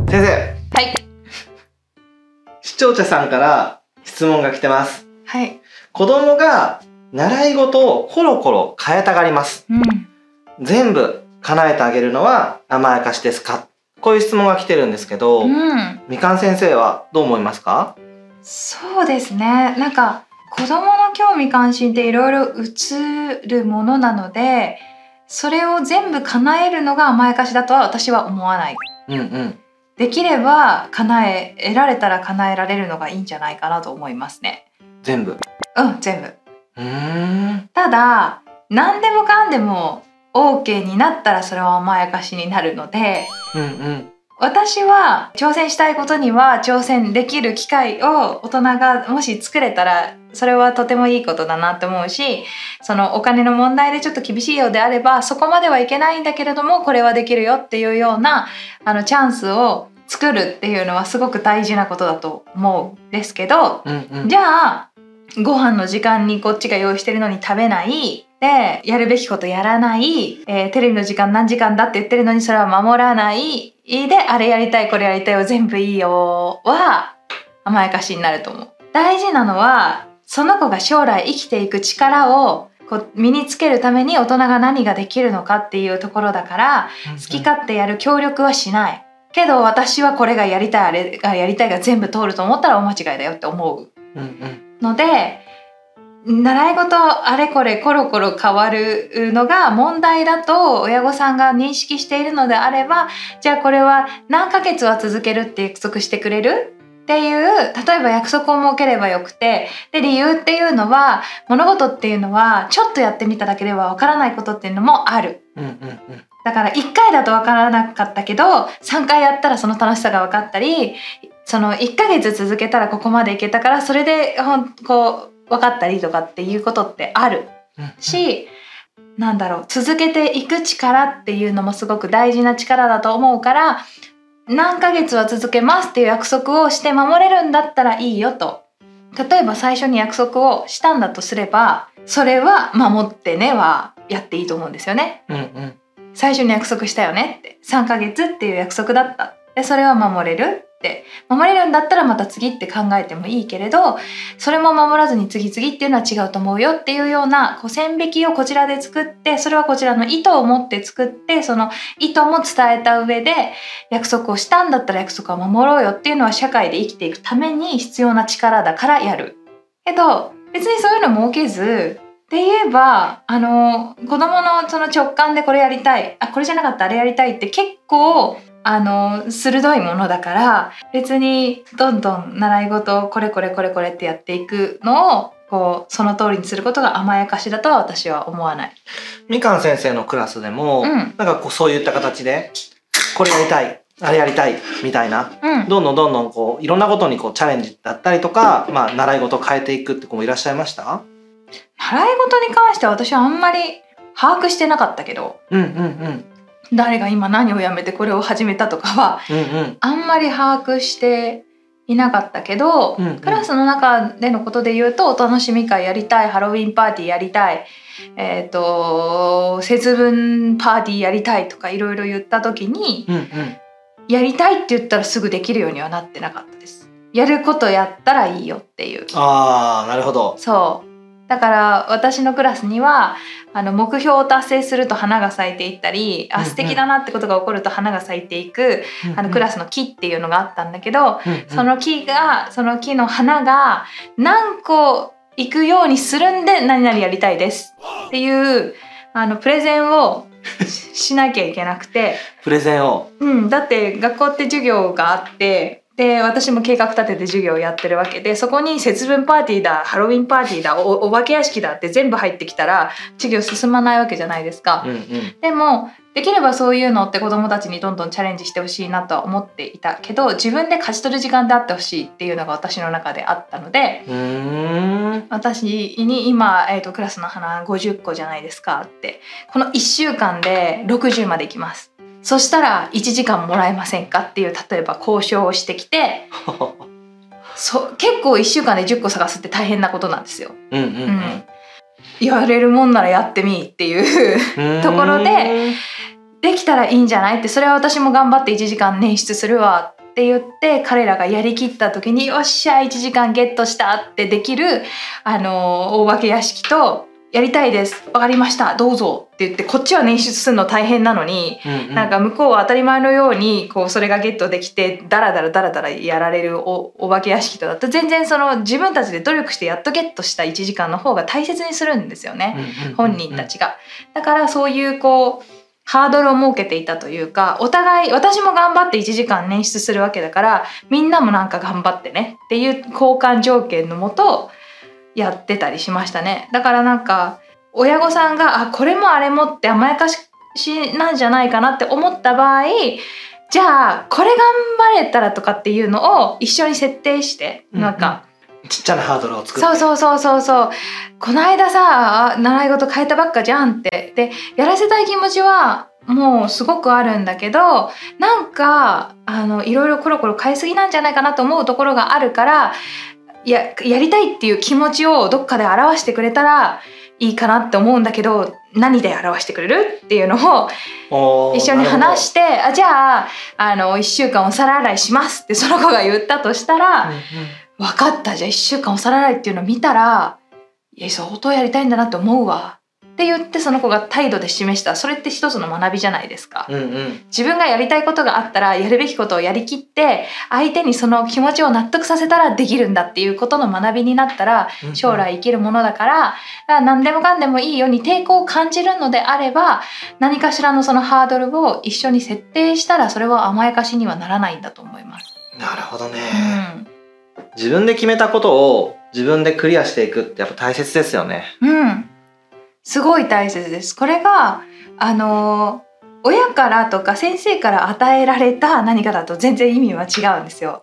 先生。 はい。 視聴者さんから質問が来てます。 はい。 子供が習い事をコロコロ変えたがります。全部叶えてあげるのは甘やかしですか？こういう質問が来てるんですけど、みかん先生はどう思いますか？ そうですね。なんか子供の興味関心っていろいろ移るものなので、それを全部叶えるのが甘やかしだとは私は思わない。できれば得られたら叶えられるのがいいんじゃないかなと思いますね。 全部。 全部。ただ何でもかんでも OK になったらそれは甘やかしになるので、私は挑戦したいことには挑戦できる機会を大人がもし作れたらそれはとてもいいことだなって思うし、そのお金の問題でちょっと厳しいようであればそこまではいけないんだけれどもこれはできるよっていうようなチャンスを作るっていうのはすごく大事なことだと思うんですけど、じゃあご飯の時間にこっちが用意してるのに食べないで、やるべきことやらない、テレビの時間何時間だって言ってるのにそれは守らないで、あれやりたいこれやりたいを全部いいよは甘やかしになると思う。大事なのはその子が将来生きていく力を身につけるために大人が何ができるのかっていうところだから、好き勝手やる協力はしないけど、私はこれがやりたいあれがやりたいが全部通ると思ったら大間違いだよって思うので、習い事あれこれコロコロ変わるのが問題だと親御さんが認識しているのであれば、じゃあこれは何ヶ月は続けるって約束してくれるっていう、例えば約束を設ければよくて、で理由っていうのは物事っていうのはちょっとやってみただけではわからないことっていうのもある。だから1回だとわからなかったけど3回やったらその楽しさが分かったり、その1ヶ月続けたらここまでいけたからそれでこう分かったりとかっていうことってあるし、続けていく力っていうのもすごく大事な力だと思うから、何ヶ月は続けますっていう約束をして守れるんだったらいいよと。例えば最初に約束をしたんだとすればそれは守ってねはやっていいと思うんですよね。最初に約束したよねって、3ヶ月っていう約束だった。でそれは守れるって、守れるんだったらまた次って考えてもいいけれど、それも守らずに次々っていうのは違うと思うよっていうような線引きをこちらで作って、それはこちらの意図を持って作って、その意図も伝えた上で約束をしたんだったら約束は守ろうよっていうのは社会で生きていくために必要な力だからやるけど、別にそういうの設けずって言えば子供のその直感でこれやりたい、これじゃなかったあれやりたいって結構鋭いものだから、別にどんどん習い事をこれこれこれこれってやっていくのをその通りにすることが甘やかしだとは私は思わない。 みかん先生のクラスでも、そういった形でこれやりたいあれやりたいみたいな、どんどんいろんなことにチャレンジだったりとか、習い事を変えていくって子もいらっしゃいました？ 習い事に関しては私はあんまり把握してなかったけど、誰が今何をやめてこれを始めたとかはあんまり把握していなかったけど、クラスの中でのことで言うと、お楽しみ会やりたい、ハロウィンパーティーやりたい、節分パーティーやりたいとかいろいろ言った時に、やりたいって言ったらすぐできるようにはなってなかったです。やることやったらいいよっていう。 なるほど。 そうだから私のクラスには目標を達成すると花が咲いていったり、素敵だなってことが起こると花が咲いていくクラスの木っていうのがあったんだけど、その木の花が何個いくようにするんで何々やりたいですっていうプレゼンをしなきゃいけなくてプレゼンを、 だって学校って授業があって、で私も計画立てて授業をやってるわけで、そこに節分パーティーだ、ハロウィンパーティーだ、お化け屋敷だって全部入ってきたら授業進まないわけじゃないですか。でもできればそういうのって子どもたちにどんどんチャレンジしてほしいなとは思っていたけど、自分で勝ち取る時間であってほしいっていうのが私の中であったので、私に今、クラスの花50個じゃないですかって、この1週間で60までいきます、そしたら1時間もらえませんかっていう、例えば交渉をしてきて結構1週間で10個探すって大変なことなんですよ。やれるもんならやってみっていうところで、できたらいいんじゃないって、それは私も頑張って1時間捻出するわっって言って彼らがやりきった時によっしゃ1時間ゲットしたってできるお化け屋敷と、やりたいですわかりましたどうぞって言って、こっちは捻出するの大変なのに、なんか向こうは当たり前のようにこうそれがゲットできてダラダラやられるお化け屋敷とだと、全然その自分たちで努力してやっとゲットした1時間の方が大切にするんですよね、本人たちが。だからそういうこうハードルを設けていたというか、お互い私も頑張って1時間捻出するわけだから、みんなもなんか頑張ってねっていう交換条件のもとやってたりしましたね。だからなんか親御さんがこれもあれもって甘やかしなんじゃないかなって思った場合、じゃあこれ頑張れたらとかっていうのを一緒に設定して、なんかちっちゃなハードルを作って、 そうこの間さ習い事変えたばっかじゃんって、でやらせたい気持ちはもうすごくあるんだけど、なんかいろいろコロコロ変えすぎなんじゃないかなと思うところがあるから、やりたいっていう気持ちをどっかで表してくれたらいいかなって思うんだけど、何で表してくれるっていうのを一緒に話して、じゃあ1週間お皿洗いしますってその子が言ったとしたら、分かったじゃあ1週間お皿洗いっていうのを見たら相当やりたいんだなって思うわって言って、その子が態度で示した、それって一つの学びじゃないですか、自分がやりたいことがあったらやるべきことをやりきって、相手にその気持ちを納得させたらできるんだっていうことの学びになったら将来生きるものだから、何でもかんでもいいように抵抗を感じるのであれば、何かしらのそのハードルを一緒に設定したら、それは甘やかしにはならないんだと思います。 なるほどね、自分で決めたことを自分でクリアしていくってやっぱ大切ですよね。 すごい大切です。これが親からとか先生から与えられた何かだと全然意味は違うんですよ。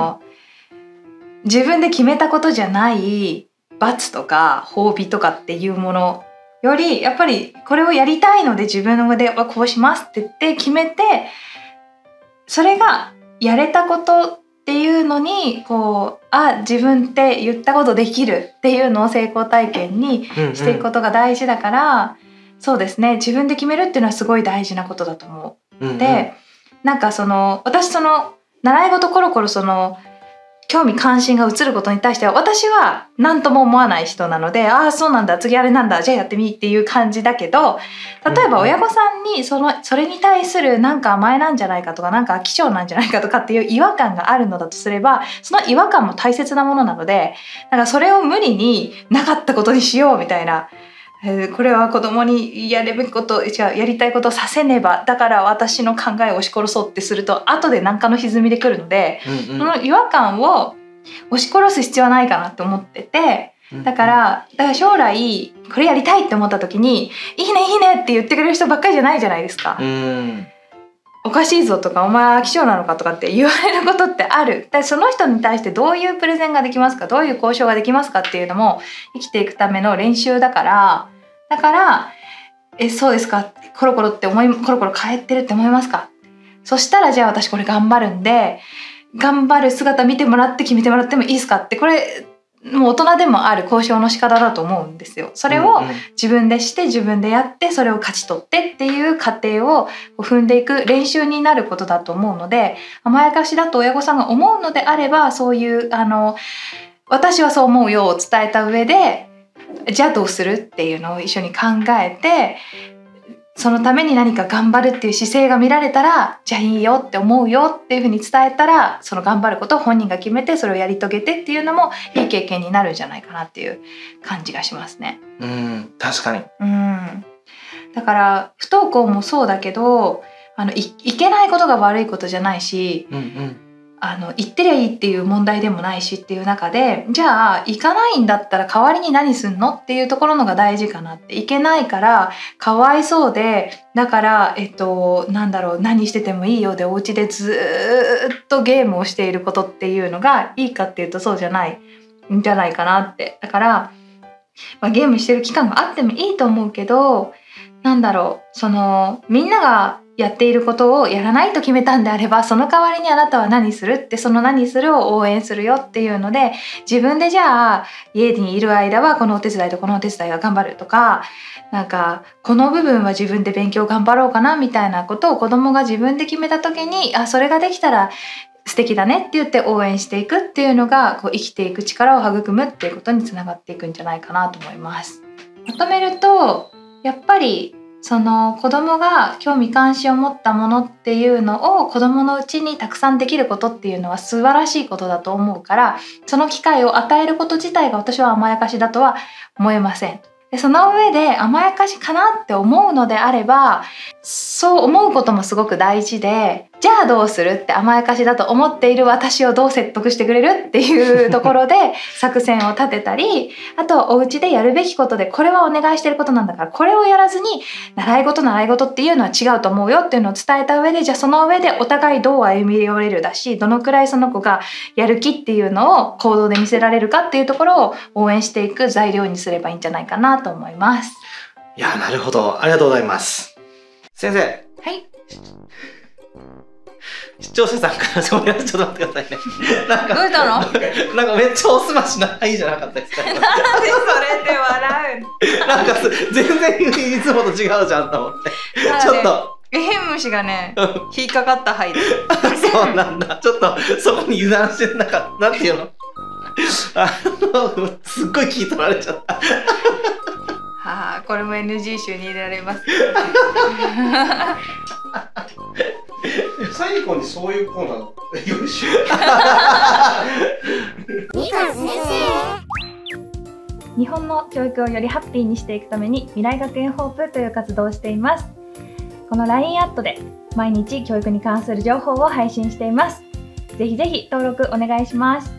自分で決めたことじゃない罰とか褒美とかっていうものより、やっぱりこれをやりたいので自分の腕はこうしますって言って決めて、それがやれたことっていうのにこう自分って言ったことできるっていうのを成功体験にしていくことが大事だから、そうですね、自分で決めるっていうのはすごい大事なことだと思う。で、なんか私習い事コロコロ興味関心が移ることに対しては私は何とも思わない人なので、そうなんだ次あれなんだじゃあやってみっていう感じだけど、例えば親御さんにそれに対するなんか甘えなんじゃないかとか、なんか飽き性なんじゃないかとかっていう違和感があるのだとすれば、その違和感も大切なものなので、なんかそれを無理になかったことにしようみたいな、これは子供にやるべきことやりたいことをさせねば、だから私の考えを押し殺そうってすると後で何かの歪みで来るので、その違和感を押し殺す必要はないかなって思ってて、だから将来これやりたいって思った時にいいねいいねって言ってくれる人ばっかりじゃないじゃないですか。おかしいぞとかお前は飽き性なのかとかって言われることってある。だからその人に対してどういうプレゼンができますか、どういう交渉ができますかっていうのも生きていくための練習だから、そうですか、コロコロ変えてるって思いますか、そしたらじゃあ私これ頑張るんで、頑張る姿見てもらって決めてもらってもいいですかって、これもう大人でもある交渉の仕方だと思うんですよ。それを自分でして自分でやってそれを勝ち取ってっていう過程を踏んでいく練習になることだと思うので、甘やかしだと親御さんが思うのであれば、そういう私はそう思うよを伝えた上で、じゃあどうするっていうのを一緒に考えて、そのために何か頑張るっていう姿勢が見られたら、じゃあいいよって思うよっていうふうに伝えたら、その頑張ることを本人が決めてそれをやり遂げてっていうのもいい経験になるんじゃないかなっていう感じがしますね。 確かに。 だから不登校もそうだけど、いけないことが悪いことじゃないし、行ってりゃいいっていう問題でもないしっていう中で、じゃあ行かないんだったら代わりに何すんのっていうところのが大事かなって。行けないからかわいそうで、だから何しててもいいよでお家でずっとゲームをしていることっていうのがいいかっていうとそうじゃないんじゃないかなって。だから、ゲームしてる期間があってもいいと思うけど、みんながやっていることをやらないと決めたんであれば、その代わりにあなたは何するって、その何するを応援するよっていうので、自分でじゃあ家にいる間はこのお手伝いとこのお手伝いは頑張るとか、この部分は自分で勉強頑張ろうかなみたいなことを子供が自分で決めた時に、それができたら素敵だねって言って応援していくっていうのがこう生きていく力を育むっていうことにつながっていくんじゃないかなと思います。まとめるとやっぱりその子供が興味関心を持ったものっていうのを子供のうちにたくさんできることっていうのは素晴らしいことだと思うから、その機会を与えること自体が私は甘やかしだとは思えません。でその上で甘やかしかなって思うのであれば、そう思うこともすごく大事で、じゃあどうするって甘やかしだと思っている私をどう説得してくれるっていうところで作戦を立てたり、あとお家でやるべきことでこれはお願いしてることなんだからこれをやらずに習い事っていうのは違うと思うよっていうのを伝えた上で、じゃあその上でお互いどう歩み寄れるだし、どのくらいその子がやる気っていうのを行動で見せられるかっていうところを応援していく材料にすればいいんじゃないかなと思います。 いや、なるほど、ありがとうございます。先生。 はい。 視聴者さんからちょっと待ってくださいね。なんかどうしたの？ なんかめっちゃおすましないじゃなかったですか。 なんでそれで笑う？ なんか全然いつもと違うじゃんと思って。ちょっと。 虫がね、引っかかった灰で。 そうなんだ。ちょっとそこに油断してなんていうの？すっごい聞い取られちゃった。 はあ、これも NG 集に入れられます。 最後にそういうコーナーよろしい。 日本の教育をよりハッピーにしていくために未来学園ホープという活動をしています。この LINE アットで毎日教育に関する情報を配信しています。ぜひぜひ登録お願いします。